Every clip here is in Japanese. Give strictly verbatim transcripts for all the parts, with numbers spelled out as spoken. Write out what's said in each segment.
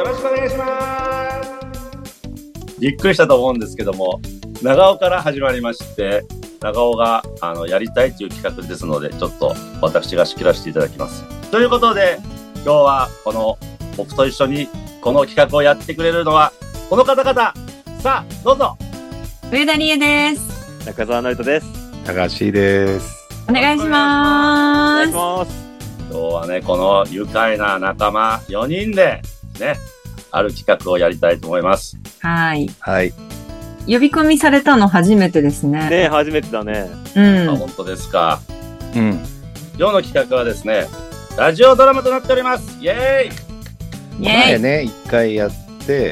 よろしくお願いします。びっくりしたと思うんですけども、長尾から始まりまして、長尾があのやりたいという企画ですので、ちょっと私が仕切らせていただきます。ということで、今日はこの僕と一緒にこの企画をやってくれるのはこの方々。さあどうぞ。 上田理恵です。 中澤成人です。 高橋です。 お願いします。 お願いします。 今日はね、この愉快な仲間よにんでね、ある企画をやりたいと思います。 はい。 はい。 呼び込みされたの初めてですね。 ね、初めてだね。 うん。 あ、本当ですか。 うん。 今日の企画はですね、ラジオドラマとなっております。イエーイ。 イエーイ。 前ね、一回やって、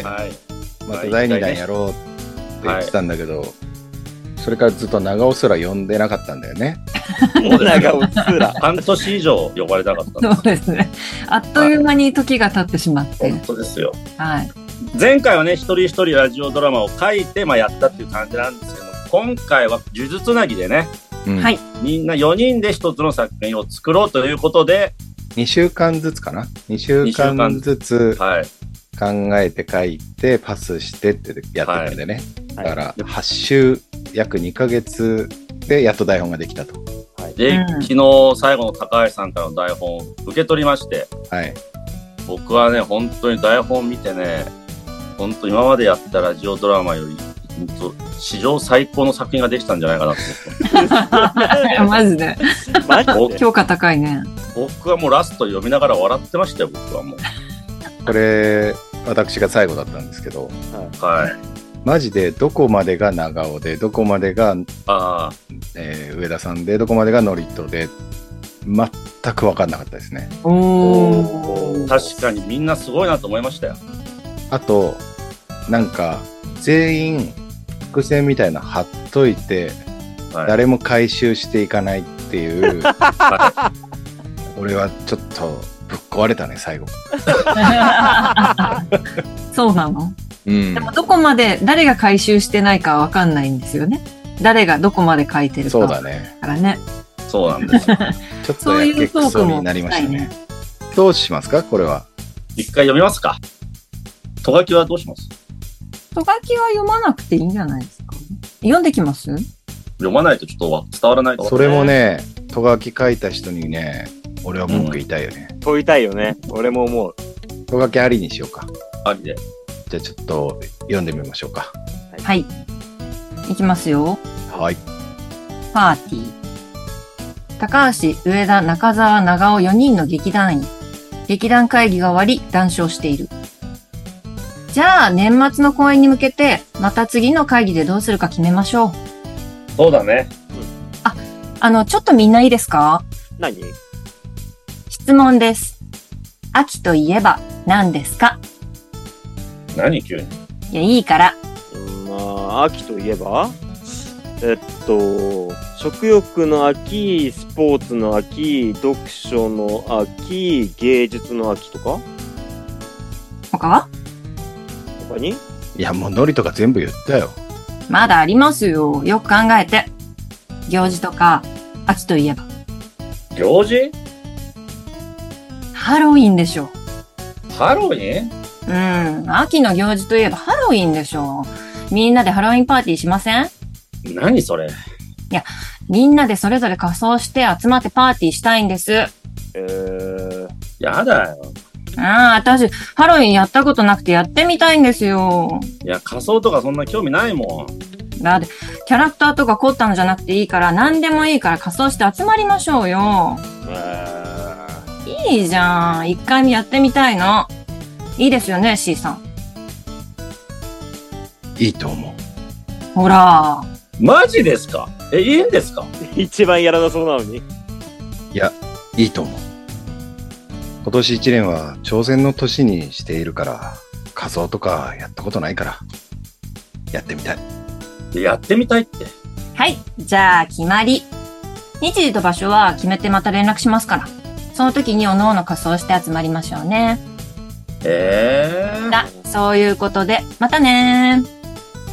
はい。 まただいにだんやろうって言ってたんだけど、はい、それからずっと長尾すら呼んでなかったんだよね。 長尾すら。 半年以上呼ばれなかったんです。 そうですね。あっという間に時が経ってしまって。 本当ですよ。 はい。 前回はね、一人一人ラジオドラマを書いて、まあ、やったっていう感じなんですけども、今回は呪術つなぎでね、 うん、 はい。 みんなよにんで一つの作品を作ろうということで、 にしゅうかんずつかな ?にしゅうかんずつ考えて書いてパスしてってやってるんでね。はい、だからはち週、約にかげつでやっと台本ができたと。 はい、で、うん、昨日最後の高橋さんからの台本を受け取りまして、はい、僕はね、本当に台本見てね、本当今までやったラジオドラマより史上最高の作品ができたんじゃないかなと思って。 マジで。評価高いね。 僕はもうラスト読みながら笑ってましたよ、僕はもう。 これ、私が最後だったんですけど、 はい。 マジでどこまでが長尾で、どこまでが、 あえー、上田さんで、どこまでがノリトで、全く分かんなかったですね。 おー。確かにみんなすごいなと思いましたよ。 あと、なんか、全員、伏線みたいな貼っといて、はい、誰も回収していかないっていう、はい、俺はちょっとぶっ壊れたね、最後。 そうなの？ うん。 でもどこまで、誰が回収してないかわかんないんですよね。誰がどこまで書いてるか。 そうだね。 からね。 そうなんですよ。 ちょっとやけくそになりましたね。どうしますか、これは。 一回読みますか。とがきはどうします？ とがきは読まなくていいんじゃないですか。読んできます？ 読まないとちょっと伝わらないと。 それもね、とがき書いた人にね、俺は文句言いたいよね。 うん、問いたいよね。俺も思う。 とがきありにしようか。 ありで。 じゃあちょっと読んでみましょうか。 はい。いきますよ。 はい。 パーティー。高橋、上田、中澤、長尾よにんの劇団員。劇団会議が終わり、談笑している。じゃあ、年末の公演に向けて、また次の会議でどうするか決めましょう。 そうだね。 あ、あの、ちょっとみんないいですか？ 何？ 質問です。秋といえば何ですか？ 何急に？ いや、いいから。 まあ、秋といえばえっと、食欲の秋、スポーツの秋、読書の秋、芸術の秋とか？ 他は？ 他に？ いや、もうノリとか全部言ったよ。 まだありますよ。よく考えて。行事とか、秋といえば。 行事？ ハロウィンでしょ。 ハロウィン？ うん。秋の行事といえばハロウィンでしょ。みんなでハロウィンパーティーしません？ 何それ？ いや、みんなでそれぞれ仮装して集まってパーティーしたいんです。 えー、 やだよ。 ああ、私、ハロウィンやったことなくてやってみたいんですよ。 いや、仮装とかそんな興味ないもん。 だって、キャラクターとか凝ったのじゃなくていいから、何でもいいから仮装して集まりましょうよ。 えー、いいじゃん。一回やってみたいの。いいですよね、C さん。 いいと思う。ほら。 マジですか？え、いいんですか？ 一番やらなそうなのに。 いや、いいと思う。今年一年は挑戦の年にしているから、仮装とかやったことないから、やってみたい。 やってみたいって。 はい。じゃあ、決まり。日時と場所は決めてまた連絡しますから。その時におのおの仮装して集まりましょうね。 えー。 だ、そういうことで、またねー。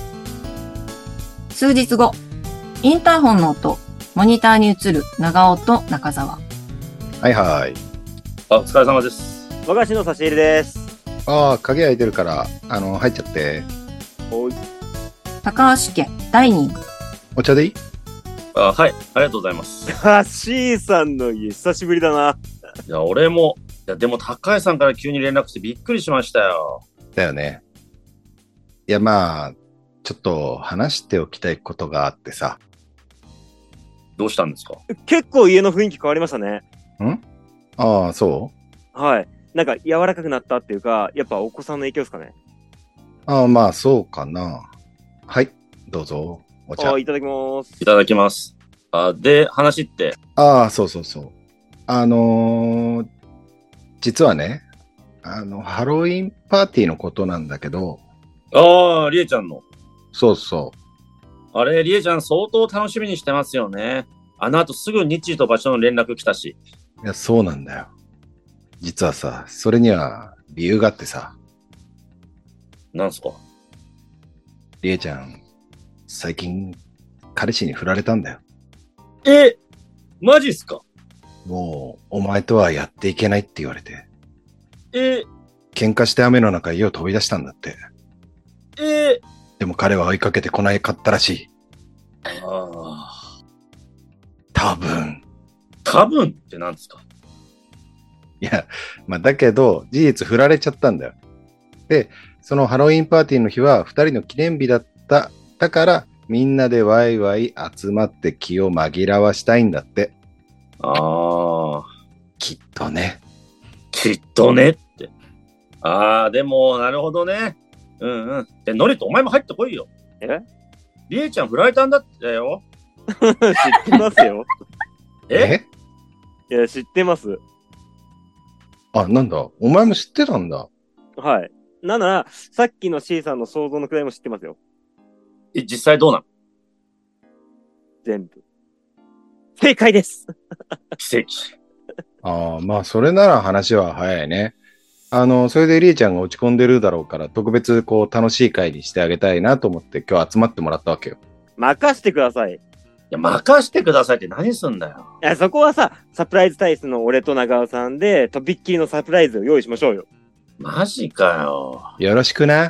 数日後、インターホンの音、モニターに映る長尾と中澤。 はいはい。 あ、お疲れ様です。 和菓子の差し入れです。 ああ、鍵開いてるから、あの、入っちゃって。 おい。 高橋家、ダイニング。 お茶でいい？ あ、はい、ありがとうございます。 あ、C さんの家、久しぶりだな。 いや、俺も、いや、でも高橋さんから急に連絡してびっくりしましたよ。 だよね。いや、まあ、ちょっと話しておきたいことがあってさ。 どうしたんですか？ 結構家の雰囲気変わりましたね。 ん？ああ、そう？はい。なんか柔らかくなったっていうか、やっぱお子さんの影響ですかね。 ああ、まあ、そうかな。はい、どうぞ。お茶。 あ、いただきます。 いただきます。あ、で、話って。 ああ、そうそうそう。あのー、実はね、あの、ハロウィンパーティーのことなんだけど。 ああ、りえちゃんの。 そうそう。 あれ、りえちゃん相当楽しみにしてますよね。あの後すぐ日時と場所の連絡来たし。 いや、そうなんだよ。実はさ、それには理由があってさ。 なんすか？ りえちゃん、最近、彼氏に振られたんだよ。 え、マジっすか？ もう、お前とはやっていけないって言われて。 え、 喧嘩して雨の中家を飛び出したんだって。 え、 でも彼は追いかけてこないかったらしい。 ああ。 多分。 多分ってなんですか？ いや、まあだけど、事実振られちゃったんだよ。で、そのハロウィンパーティーの日は二人の記念日だった。だから、みんなでワイワイ集まって気を紛らわしたいんだって。 ああ。 きっとね。 きっとねって。ああ、でも、なるほどね。うんうん。で、ノリとお前も入ってこいよ。 え？ りえちゃん振られたんだってよ。 知ってますよ。 え？ いや、知ってます。 あ、なんだ。お前も知ってたんだ。 はい。なんなら、さっきの C さんの想像のくらいも知ってますよ。 え、実際どうなの？ 全部。正解です。 奇跡。 ああ、まあ、それなら話は早いね。あの、それでりえちゃんが落ち込んでるだろうから、特別こう楽しい会にしてあげたいなと思って今日集まってもらったわけよ。 任してください。いや、任してくださいって何すんだよ。 いや、そこはさ、サプライズ体質の俺と長尾さんで、とびっきりのサプライズを用意しましょうよ。 マジかよ。 よろしくな。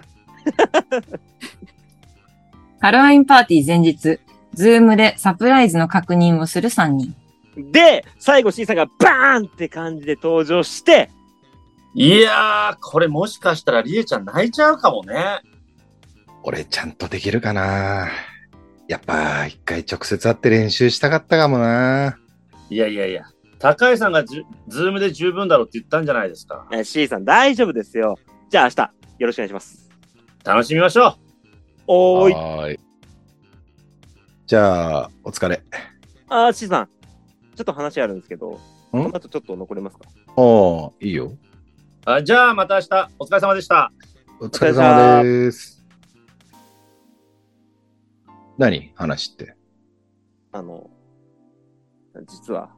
ハロウィンパーティー前日、ズームでサプライズの確認をするさんにん。で、最後 C さんがバーンって感じで登場して、 いやー、これもしかしたらりえちゃん泣いちゃうかもね。 俺ちゃんとできるかな。やっぱ一回直接会って練習したかったかもな。 いやいやいや、高井さんがズームで十分だろうって言ったんじゃないですか。 C さん大丈夫ですよ。じゃあ明日よろしくお願いします。 楽しみましょう。 おーい。 はーい。じゃあ、お疲れ。 あー、C さん。ちょっと話あるんですけど、この後ちょっと残れますか？ ああ、いいよ。 あ、じゃあまた明日、お疲れ様でした。 お疲れ様です。何？話って。 あの、実は。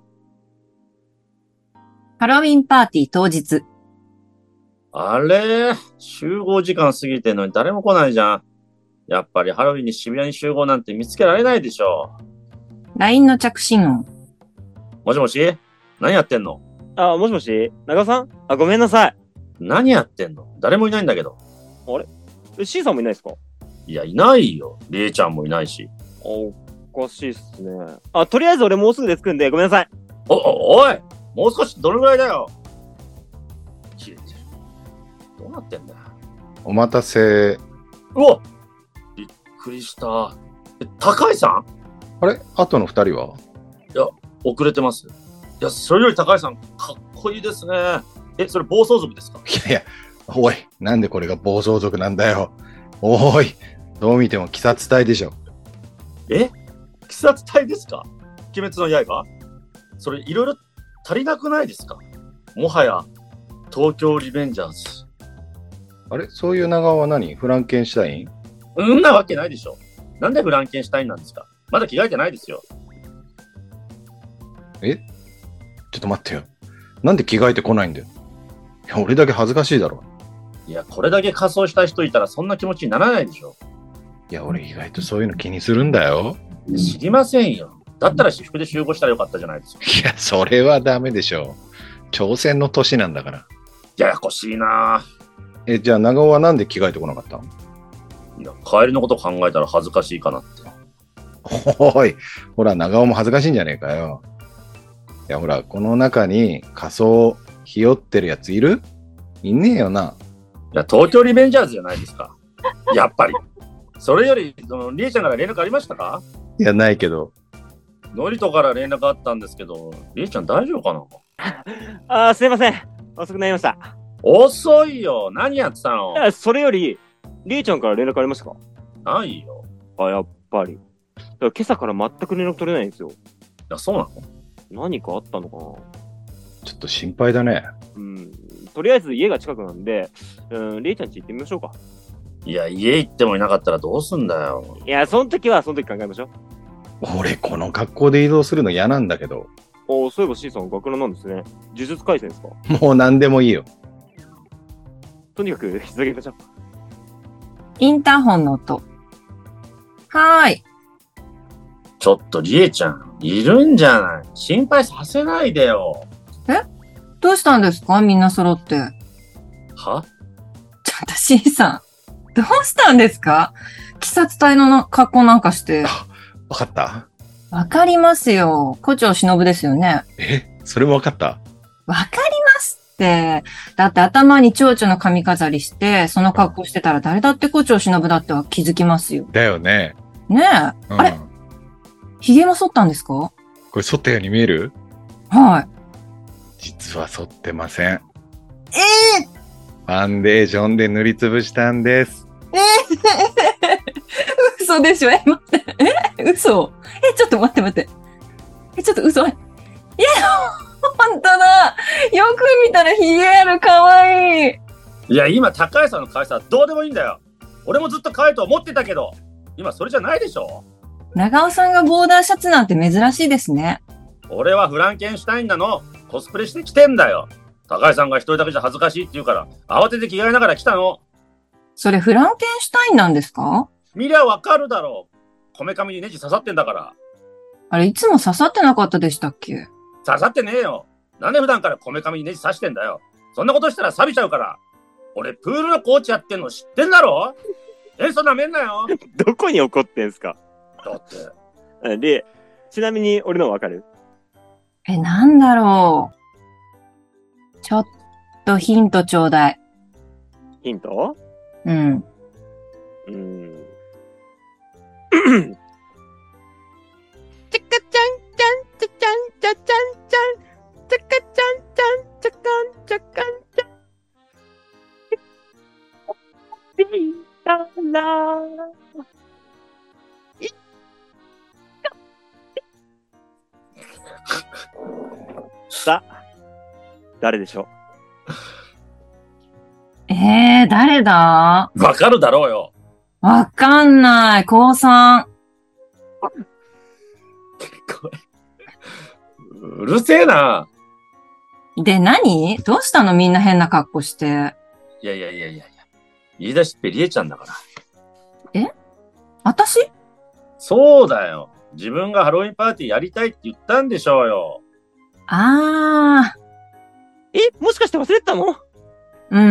ハロウィンパーティー当日。 あれ？集合時間過ぎてんのに誰も来ないじゃん。やっぱりハロウィンに渋谷に集合なんて見つけられないでしょ。 ライン の着信音。 もしもし？何やってんの？ あ、もしもし長尾さん？あ、ごめんなさい。 何やってんの？誰もいないんだけど。 あれ？え、C さんもいないですか？ いや、いないよ。りえちゃんもいないし。 あ、おかしいっすね。あ、とりあえず俺もうすぐで着くんでごめんなさい。 お、お、おい！もう少しどれぐらいだよ。切れてる。どうなってんだよ。 お待たせ。 うわ！びっくりした。え、高井さん？ あれ？あとの二人は？ いや、遅れてます。いや、それより高井さん、かっこいいですね。え、それ暴走族ですか？ いやいや、おい、なんでこれが暴走族なんだよ。おい、どう見ても鬼殺隊でしょ。 え？鬼殺隊ですか？鬼滅の刃？それいろいろ足りなくないですか？もはや、東京リベンジャーズ。 あれ？そういう長尾は何？フランケンシュタイン？ うんなわけないでしょ。なんでフランケンシュタインなんですか？まだ着替えてないですよ。 え？ちょっと待ってよ。なんで着替えてこないんだよ。いや、俺だけ恥ずかしいだろ。 いや、これだけ仮装した人いたらそんな気持ちにならないでしょ。 いや、俺意外とそういうの気にするんだよ。 知りませんよ。だったら私服で集合したらよかったじゃないですか。 いや、それはダメでしょ。挑戦の年なんだから。 ややこしいなぁ。 え、じゃあ長尾はなんで着替えてこなかったの？ いや、帰りのこと考えたら恥ずかしいかなって。 おい、ほら、長尾も恥ずかしいんじゃねえかよ。いや、ほら、この中に仮装ひよってるやついる？いねえよな。 いや、東京リベンジャーズじゃないですか。やっぱり。それより、その、りえちゃんから連絡ありましたか？ いや、ないけど。 ノリトから連絡あったんですけど、りえちゃん大丈夫かな？ あー、すいません。遅くなりました。 遅いよ。何やってたの？ いやそれより、りえちゃんから連絡ありましたか？ ないよ。 あ、やっぱり。だから今朝から全く連絡取れないんですよ。 いや、そうなの？ 何かあったのかな？ ちょっと心配だね。 うん。とりあえず家が近くなんで、うん、りえちゃん家行ってみましょうか。 いや、家行ってもいなかったらどうすんだよ。 いや、その時はその時考えましょう。 俺、この格好で移動するの嫌なんだけど。 お、そういえば C さん学ランなんですね。呪術廻戦ですか？ もう何でもいいよ。 とにかく、膝げましょう。 インターホンの音。はーい。 ちょっとりえちゃん、いるんじゃない？心配させないでよ。 どうしたんですか？みんな揃って。 は？ ちょっと C さん。どうしたんですか？鬼殺隊のな格好なんかして。 わかった？ わかりますよ。胡蝶忍ですよね。 え、それもわかった？ わかりますって。だって頭に蝶々の髪飾りして、その格好してたら誰だって胡蝶忍だっては気づきますよ。 だよね。 ねえ。 うん、 あれ髭も剃ったんですか？これ剃ったように見える？ はい。 実は剃ってません。 ええー、ファンデーションで塗りつぶしたんです。 ええー、嘘でしょ？え、待って。え嘘？え、ちょっと待って待って。え、ちょっと嘘。いや、ほんとだ。よく見たらヒゲある。かわいい。 いや、今、高橋さんの可愛さはどうでもいいんだよ。俺もずっと可愛いと思ってたけど、今それじゃないでしょ。 長尾さんがボーダーシャツなんて珍しいですね。 俺はフランケンシュタインなの。コスプレしてきてんだよ。高橋さんが一人だけじゃ恥ずかしいって言うから、慌てて着替えながら来たの。 それフランケンシュタインなんですか？ 見りゃわかるだろう。こめかみにネジ刺さってんだから。 あれ、いつも刺さってなかったでしたっけ？ 刺さってねえよ。なんで普段からこめかみにネジ刺してんだよ。そんなことしたら錆びちゃうから。俺、プールのコーチやってんの知ってんだろ？塩素なめんなよ。 どこに怒ってんすか？ だって。 で、ちなみに俺のわかる？ え、なんだろう。ちょっとヒントちょうだい。 ヒント？ うん。 うーん。 ちゃかちゃんちゃんちゃちゃんちゃちゃんちゃんちゃかちゃんちゃんちゃかんちゃかんちゃんビータラさあ、誰でしょえー、誰だ？ わかるだろうよ。 わかんない。高さん。 うるせえな。 で、何？どうしたの？みんな変な格好して。 いやいやいやいやいや。言い出しっぺりえちゃんだから。 え？私？ そうだよ。自分がハロウィンパーティーやりたいって言ったんでしょうよ。 あう？え、もしかして忘れてたの？ ー。うん、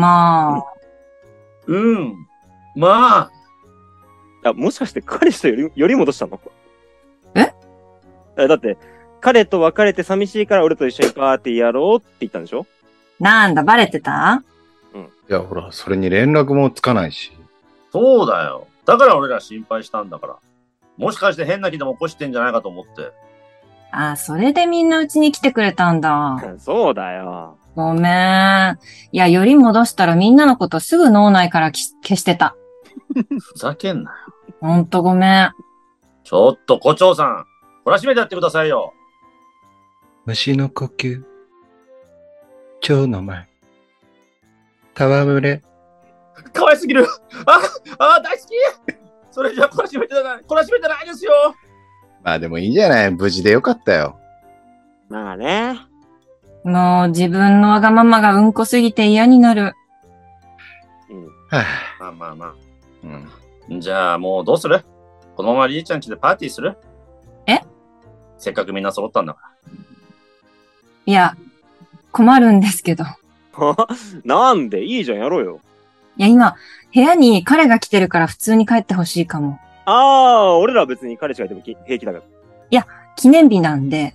まあ。 うん。まあ。 あ、もしかして彼氏とより、より戻したの？ え？ だって、彼と別れて寂しいから俺と一緒にパーティーやろうって言ったんでしょ？ なんだ、バレてた？ うん。いや、ほら、それに連絡もつかないし。 そうだよ。だから俺ら心配したんだから。もしかして変な気でも起こしてんじゃないかと思って。 あ、それでみんなうちに来てくれたんだ。 そうだよ。 ごめん。いや、より戻したらみんなのことすぐ脳内から消してた。 ふざけんなよ。 ほんとごめん。 ちょっと、胡蝶さん。懲らしめてやってくださいよ。 虫の呼吸。蝶の舞。戯れ。 かわいすぎる。あ、あ、大好き。それじゃ懲らしめてない。懲らしめてないですよ。 まあでもいいじゃない。無事でよかったよ。 まあね。 もう自分のわがままがうんこすぎて嫌になる。 うん。 はまあまあまあ。 うん。 じゃあもうどうする？このままりえちゃん家でパーティーする？ え？ せっかくみんな揃ったんだから。 いや、困るんですけど。 なんでいいじゃん、やろうよ。 いや、今、部屋に彼が来てるから普通に帰ってほしいかも。 ああ、俺らは別に彼氏がいても平気だから。 記念日なんで。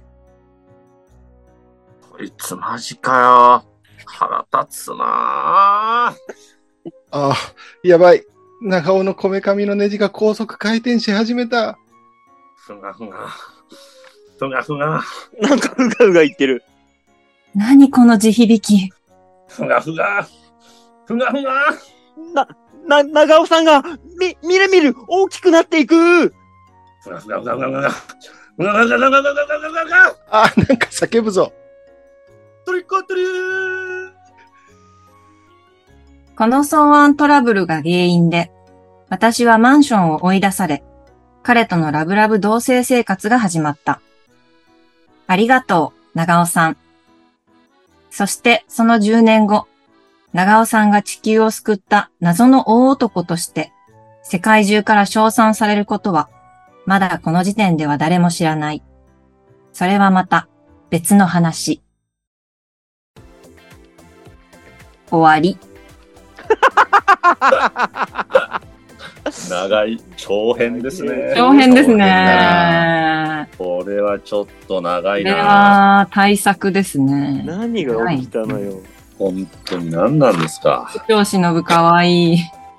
こいつマジかよ。腹立つなぁ。 ああ、やばい。長尾のこめかみのネジが高速回転し始めた。 ふがふが。ふがふが。 なんかうがうが言ってる。 何この地響き。 ふがふが。ふがふが。 な、な、長尾さんが、み、みるみる大きくなっていく。 ふがふがふがふがふが。ふがふがふがふがふがふがふが。 あ、なんか叫ぶぞ。 トリックオアトリー。 この騒音トラブルが原因で、私はマンションを追い出され、彼とのラブラブ同棲生活が始まった。ありがとう、長尾さん。そしてそのじゅうねんご、長尾さんが地球を救った謎の大男として、世界中から称賛されることは、まだこの時点では誰も知らない。それはまた別の話。終わり。 長い長編ですね。 長編ですね。 これはちょっと長いこれな。 は大作ですね。 何が起きたのよ。 本当に何なんですか。 超しのぶかわいい。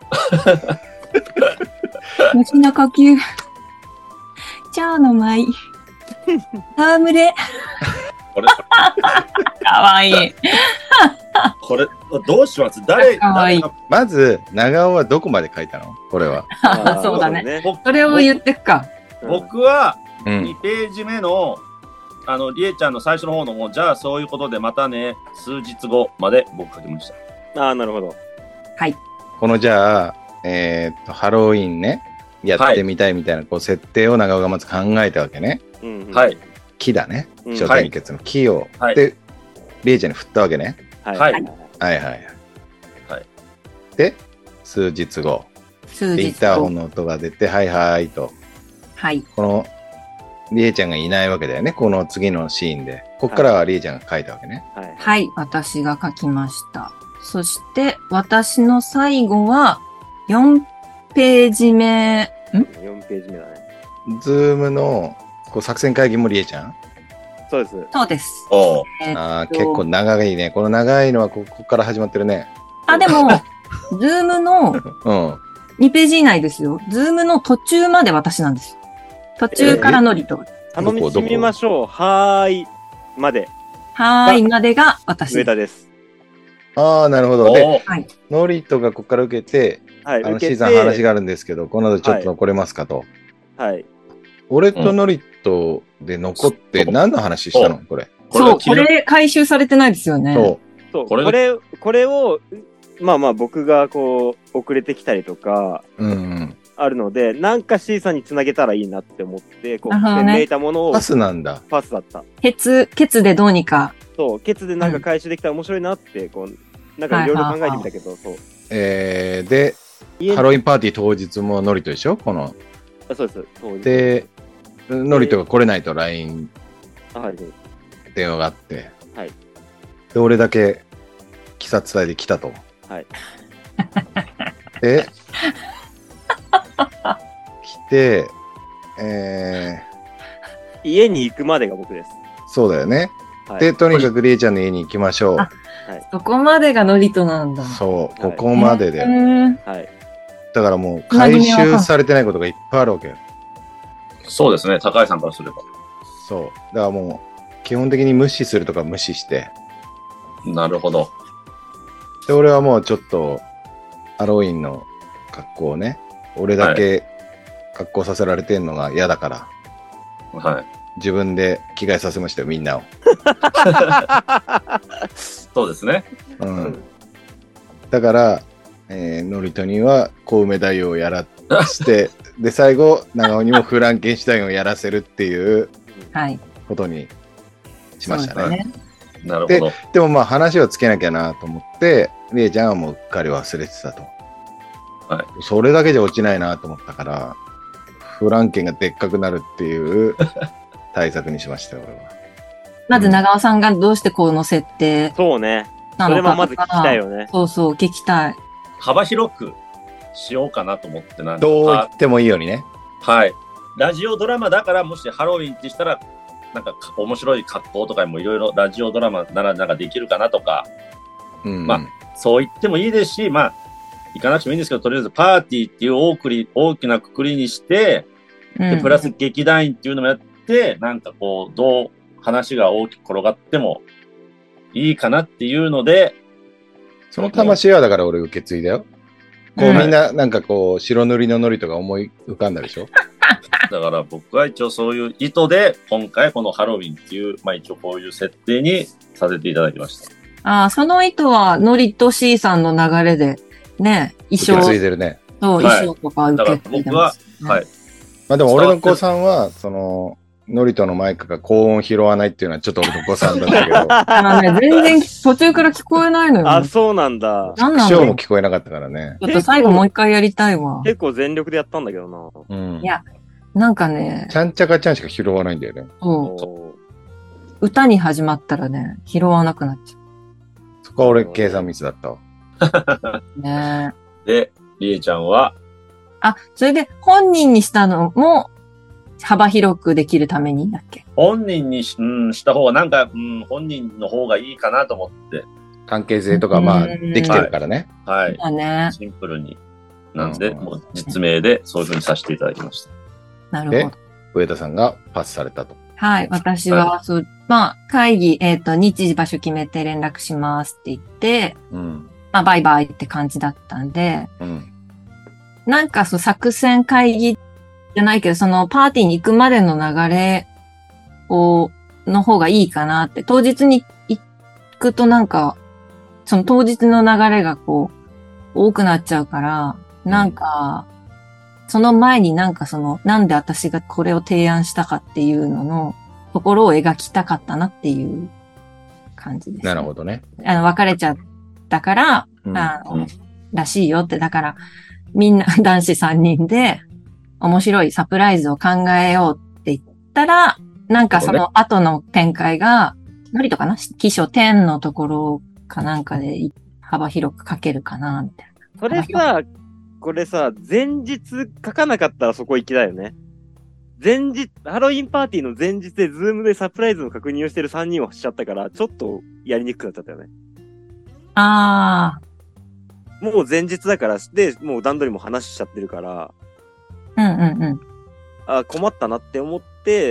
虫の呼吸。蝶の舞。戯れ。 これ、 かわいい。 これ、どうします誰、 かわいい誰がまず、長尾はどこまで書いたのこれは。 あーそうだね。 僕それを言ってくか。 僕はうん。 にページ目の、あの、りえちゃんの最初の方のもう、じゃあそういうことでまたね、数日後まで僕書きました。 ああ、なるほど。 はい。 このじゃあ、えーっと、ハロウィンね、やってみたいみたいな、こう、設定を長尾がまず考えたわけね。 うんうんはい。 木だね。 うん超点結の木を。 はいで、りえちゃんに振ったわけね。 はい。 はいはいはいはい。 はいで、数日後、 数日インターホン後。 の音が出て、はいはいと、 はい。 この、りえちゃんがいないわけだよね。この次のシーンで。こっからはりえちゃんが書いたわけね。 はい。 はい。私が書きました。そして、私の最後は、よんページ目。んよんページ目だね。 ズームのこう作戦会議もりえちゃんそうです。 そうです。 おうえーっとああ、結構長いね。この長いのはこここから始まってるね。 あ、でも、ズームのうん。 にページ以内ですよ。ズームの途中まで私なんです。途中からのりと。 頼みしてみましょう。はーい。まで。 はーい、までが私。 上田です。 ああ、なるほど。で、 おうはい。 ノリとがここから受けて、 はい。 あの、 受 C けさん話て、 があるんですけど、この後ちょっと残れますかと。 はい。 俺とノリとで残ってうん何の話したのこれ。 そう、 これが気にこれ回収されてないですよね。 そそう、 これこれ、これを、まあまあ僕がこう、遅れてきたりとか、 う。うんうん。 あるので、なんか C さんにつなげたらいいなって思って、こう、 なるほどねめいたものをパスなんだ。 パスだった。 ケツ、ケツでどうにか。 そう、ケツでなんか回収できたら面白いなって、こう、なんかいろいろ考えてみたけど、そう。 えー、で、 家ハロウィンパーティー当日もノリとでしょこの。 あそうです。当日で、ノリとが来れないと ラインあはい、そう電話があって。 はい。 で、俺だけ、鬼殺隊で来たと。 はい。 で、来て、え家に行くまでが僕です。 ー、そうだよね。 はい、 で、とにかくりえちゃんの家に行きましょう。 あそこまでがノリとなんだ。 そう、ここまでで。 へーはい。 だからもう、回収されてないことがいっぱいあるわけよ。 そうですね、高井さんからすれば。 そう。だからもう、基本的に無視するとか無視して。 なるほど。 で、俺はもうちょっと、ハロウィンの格好をね、俺だけ格好させられてんのが嫌だから、 はい。 自分で着替えさせましたよ、みんなを。 そうですね。 うん。だから、えー、ノリトには小梅太夫をやらして、で、最後、長尾にもフランケンシュタインをやらせるっていうはい。 ことにしましたね。 そうですね。 なるほど。 でもまあ話をつけなきゃなと思って、りえちゃんはもううっかり忘れてたと。 はい。 それだけじゃ落ちないなと思ったから、フランケンがでっかくなるっていう対策にしましたよ、俺は。 まず長尾さんがどうしてこの設定そうね。 なのかとか。 それもまず聞きたいよね。 そうそう、聞きたい。 幅広くしようかなと思ってなんかどう言ってもいいようにね。 はい。ラジオドラマだからもしハロウィンってしたらなんか面白い格好とかもいろいろラジオドラマならなんかできるかなとか、 うん、 まあそう言ってもいいですし、まあ行かなくてもいいんですけど、とりあえずパーティーっていう大くり大きなくくりにして、でプラス劇団員っていうのもやって、なんかこうどう話が大きく転がってもいいかなっていうので、 その魂はだから俺受け継いだよ。こうみんななんかこう白塗りのノリとか思い浮かんだでしょ。 だから僕は一応そういう意図で今回このハロウィンっていう、まあ一応こういう設定にさせていただきました。 ああ、その意図はノリと C さんの流れでね、衣装。 受け継いでるね。 そう、衣装とか受け継いでます、 ね。はい。 まあでも俺の子さんは、その、ノリとのマイクが高音拾わないっていうのはちょっと俺の子さんだったけど。 あのね、全然途中から聞こえないのよ。 あ、そうなんだ。 なんなんだろう。も聞こえなかったからね。 ちょっと最後もう一回やりたいわ。 結構全力でやったんだけどな。 うん。 いや、なんかね。 ちゃんちゃかちゃんしか拾わないんだよね。 そう。歌に始まったらね、拾わなくなっちゃう。 そこは俺計算ミスだったわ。 ねで、りえちゃんはあ、それで本人にしたのも幅広くできるためにだっけ？ 本人にし、うん、した方がなんか、うん、本人の方がいいかなと思って。 関係性とかまあできてるからね。 はい。 はい、ね、 シンプルに。なんで、もう実名でそういう風にさせていただきました。 なるほど。 上田さんがパスされたと。 はい。私は、はい、そう、まあ、会議、えっと、日時場所決めて連絡しますって言って、うん、まあ、バイバイって感じだったんで、うん、なんかそう、作戦会議じゃないけど、そのパーティーに行くまでの流れを、の方がいいかなって、当日に行くとなんか、その当日の流れがこう、多くなっちゃうから、なんか、その前になんかその、なんで私がこれを提案したかっていうののところを描きたかったなっていう感じです、ね。 なるほどね。 あの、別れちゃったから、うん、あの、らしいよって、だから、みんな男子さんにんで面白いサプライズを考えようって言ったら、なんかその後の展開が、ノリとかな起承天のところかなんかで幅広く書けるかな、みたいな。 それさ、これさ、前日書かなかったらそこ行きだよね。前日、ハロウィンパーティーの前日でズームでサプライズの確認をしてるさんにんをしちゃったから、ちょっとやりにくくなっちゃったよね。 ああ。もう前日だから、で、もう段取りも話しちゃってるから。 うんうんうん。 あ、困ったなって思って、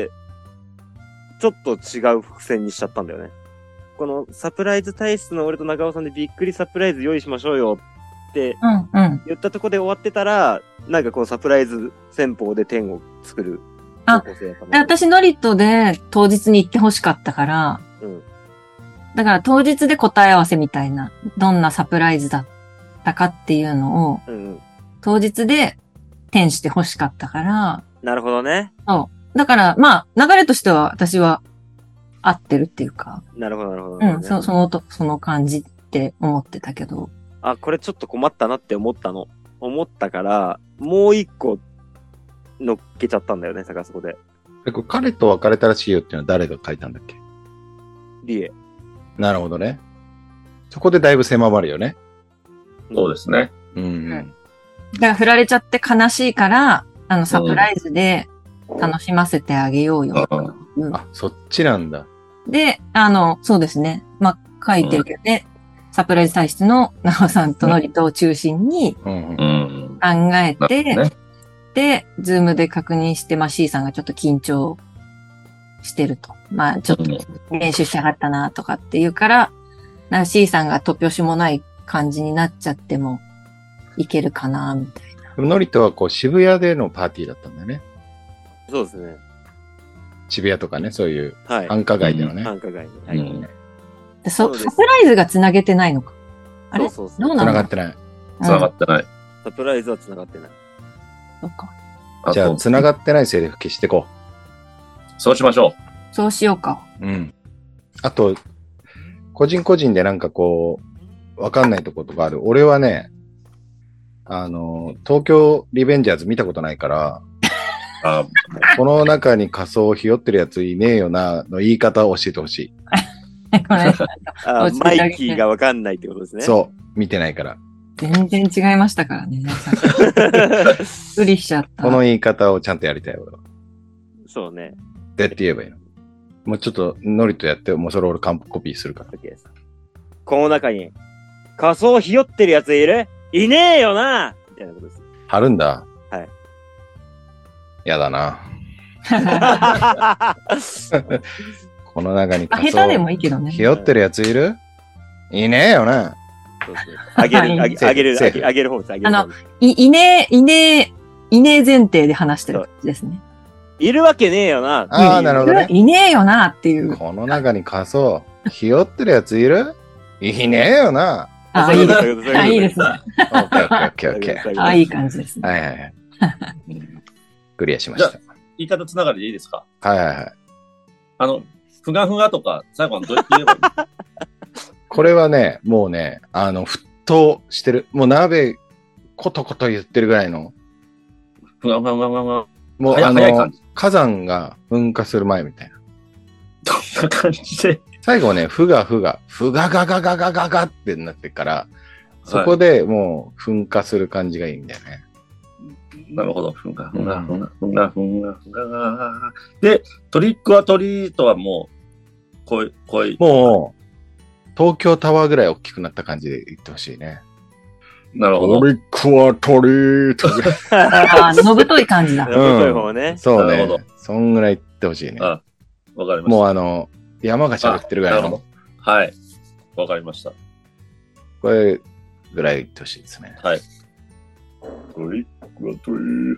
ちょっと違う伏線にしちゃったんだよね。このサプライズ体質の俺と中尾さんでびっくりサプライズ用意しましょうよって言ったとこで終わってたら、うんうん、なんかこうサプライズ戦法で点を作る。 あ、私ノリとで当日に行ってほしかったから、うん、だから当日で答え合わせみたいな、どんなサプライズだったかっていうのを、うんうん、当日で点してほしかったから。 なるほどね。 そう。だから、まあ、流れとしては私は合ってるっていうか。 なるほど、なるほど、 ね。うん、そ, そのと、その感じって思ってたけど。 あ、これちょっと困ったなって思ったの。思ったから、もう一個乗っけちゃったんだよね、さかそこで。 彼と別れたらしいよっていうのは誰が書いたんだっけ？ リエ。 なるほどね。そこでだいぶ狭まるよね。 そうですね。 うん、うん。 だから振られちゃって悲しいから、あの、サプライズで楽しませてあげようよ。 うんうん、あ、そっちなんだ。 で、あの、そうですね。まあ、書いてるけどね。サプライズ体質の長尾さんとノリとを中心に考えて、うんうん、で、ズームで確認して、まあ C さんがちょっと緊張してると。まあちょっと練習しやがったなとかっていうから、なんか C さんが突拍子もない感じになっちゃってもいけるかな、みたいな。 ノリとはこう渋谷でのパーティーだったんだよね。 そうですね。 渋谷とかね、そういう繁華街でのね。 繁華街で。はい。うんでそサプライズが繋げてないのか。あれそうそうそう。 どうなの？ 繋がってない。 繋がってない。 サプライズは繋がってない。 そっか。 じゃあ、繋がってないセリフ消していこう。そうしましょう。そうしようか。 うん。あと、個人個人でなんかこう、わかんないとことかある。俺はね、あの、東京リベンジャーズ見たことないから、あこの中に仮装をひよってるやついねえよな、の言い方を教えてほしい。 これあマイキーがわかんないってことですね。 そう、見てないから。 全然違いましたからね。びっくりしちゃった。 この言い方をちゃんとやりたい、俺は。 そうね。 でって言えばいいの。もうちょっとノリとやって、もうそれ俺完コピーするから。 この中に仮装ひよってるやついる？いねえよなみたいなことです。 貼るんだ。 はい。 やだな。この中に仮装。 下手でもいいけどね。 ひよってるやついる？いねえよな。 そうそう。あげる、あげあげる、あげあげる方です。あげる方です。 あの、い、いねえ、いねえ、いねえ前提で話してるですね。 いるわけねえよな。 ああ、なるほどね。 いねえよなっていう。 この中に仮装、ひよってるやついる？いねえよな。 ああ、いいですね。あ、いいですね。 オッケーオッケーオッケーオッケー。 あ、いい感じですね。 はいはいはい。クリアしました。 言い方つながりでいいですか？ はいはいはい。 あの、ふがふがとか、最後のどうやって言えばいい？ これはね、もうね、あの、沸騰してる。もう鍋、ことこと言ってるぐらいの。 ふがふがふがふが。 もう、あの、火山が噴火する前みたいな。 どんな感じで。 最後ね、ふがふが、ふがががががががってなってから、そこでもう噴火する感じがいいんだよね。 なるほど。ふがふがふがふがふがふがが。で、トリックはトリートはもう、こい、こい。 もう、東京タワーぐらい大きくなった感じで言ってほしいね。 なるほど。 トリックはトリート。 ああ、のぶとい感じだ。 のぶとい方ね。 そうね。そんぐらい言ってほしいね。 あ、わかりました。 もうあの、山が喋ってるぐらいの。 はい。わかりました。 これぐらい言ってほしいですね。 はい。トリックはトリー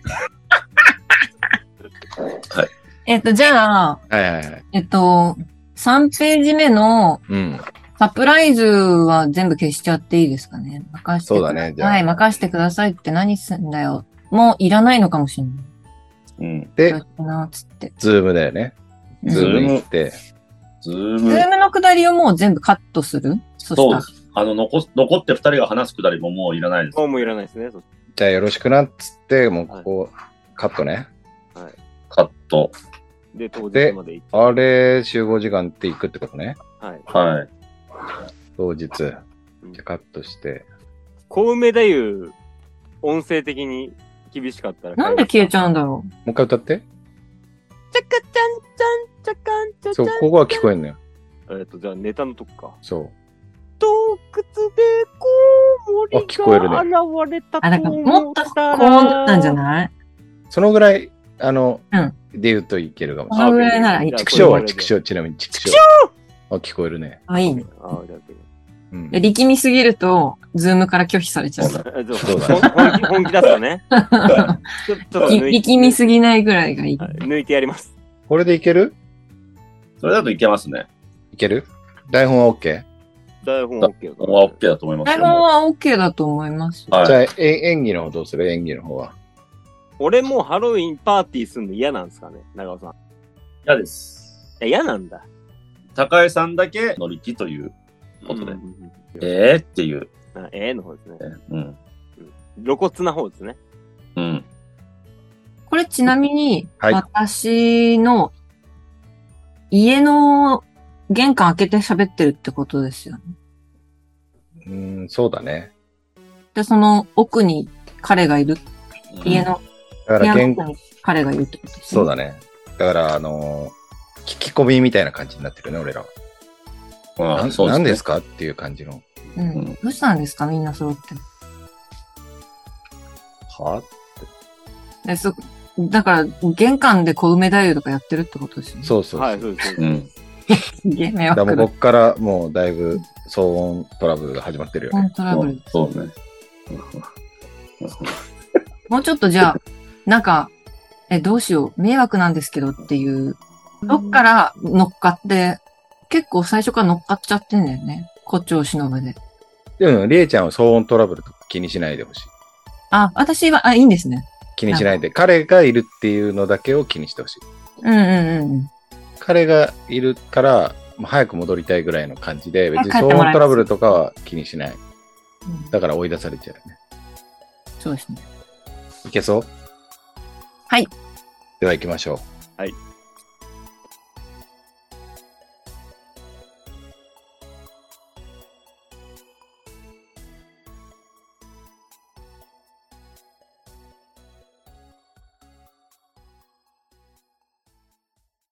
ト。はい。 えっと、じゃあ、 はいはいはい。 えっと、さんページ目の、 うん。 サプライズは全部消しちゃっていいですかね。任してください。 そうだね。じゃあ。 はい、任してくださいって何すんだよ。もういらないのかもしれない。 うん。 で、 つって。 ズームだよね。ズームに行って。 ズーム。 ズームのくだりをもう全部カットする？そそうです。あの、残、残って二人が話すくだりももういらないです。 もうもういらないですね。 じゃあよろしくなっつって、もうここ、カットね。 はい。カット。 で、当日まで行って。 あれ、集合時間って行くってことね。 はい。 はい。 当日。じゃあカットして。 小梅太夫、音声的に厳しかったら。 なんで消えちゃうんだろう。 もう一回歌って。 ちゃかちゃんちゃん、ちゃかんちゃちゃん。 そう、ここは聞こえんのよ。 えっと、じゃあネタのとこか。 そう。 洞窟でコウモリが現れたと思ったら。 あ、だからもっと高音だったんじゃない？ そのぐらい、あの、 うん。 で言うといけるかもしれない。 そのぐらいならいい。 畜生は畜生、ちなみに畜生。あ、聞こえるね。 あ、いいね。 あ、じゃあ、 うん、 力みすぎると、ズームから拒否されちゃう。 そうだ。本気、本気出すとね。 ちょっと力みすぎないぐらいがいい。 はい、抜いてやります。 これでいける？ それだといけますね。 いける？台本は OK？ 台本は OK だ。 台本は OK だと思います。 台本は OK だと思います。 はい、じゃあ、演技の方どうする？演技の方は。 俺もうハロウィンパーティーするの嫌なんですかね、長尾さん。 嫌です。 嫌なんだ。 高江さんだけ乗り気ということで。うん、ええー、っていう。 ええー、の方ですね。 うん。 露骨な方ですね。 うん。 これちなみに、 はい、 私の家の玄関開けて喋ってるってことですよね。 うーん、そうだね。 で、その奥に彼がいる。うん、家の、 だから玄関に彼がいるってことですね。 そうだね。だから、あのー、聞き込みみたいな感じになってるね、俺らは。ああ、そうですね。何ですかっていう感じの。 うん。どうしたんですかみんな揃って。 はって。 でそだから、玄関で小梅太夫とかやってるってことですよね。 そうそうそう。 はい、そうです。 うん。 すげえ迷惑だ。 だもうこっからもうだいぶ騒音トラブルが始まってるよね。 騒音トラブル。 そうね。 もうちょっとじゃあ、なんか、え、どうしよう。迷惑なんですけどっていう、どっから乗っかって、結構最初から乗っかっちゃってんだよね。胡蝶忍で。 うん、りえちゃんは騒音トラブルとか気にしないでほしい。 あ、私は、あ、いいんですね。 気にしないで。彼がいるっていうのだけを気にしてほしい。 うんうんうん。 彼がいるから、早く戻りたいぐらいの感じで、別に騒音トラブルとかは気にしない。だから追い出されちゃうね。 そうですね。 いけそう？ はい。 では行きましょう。 はい。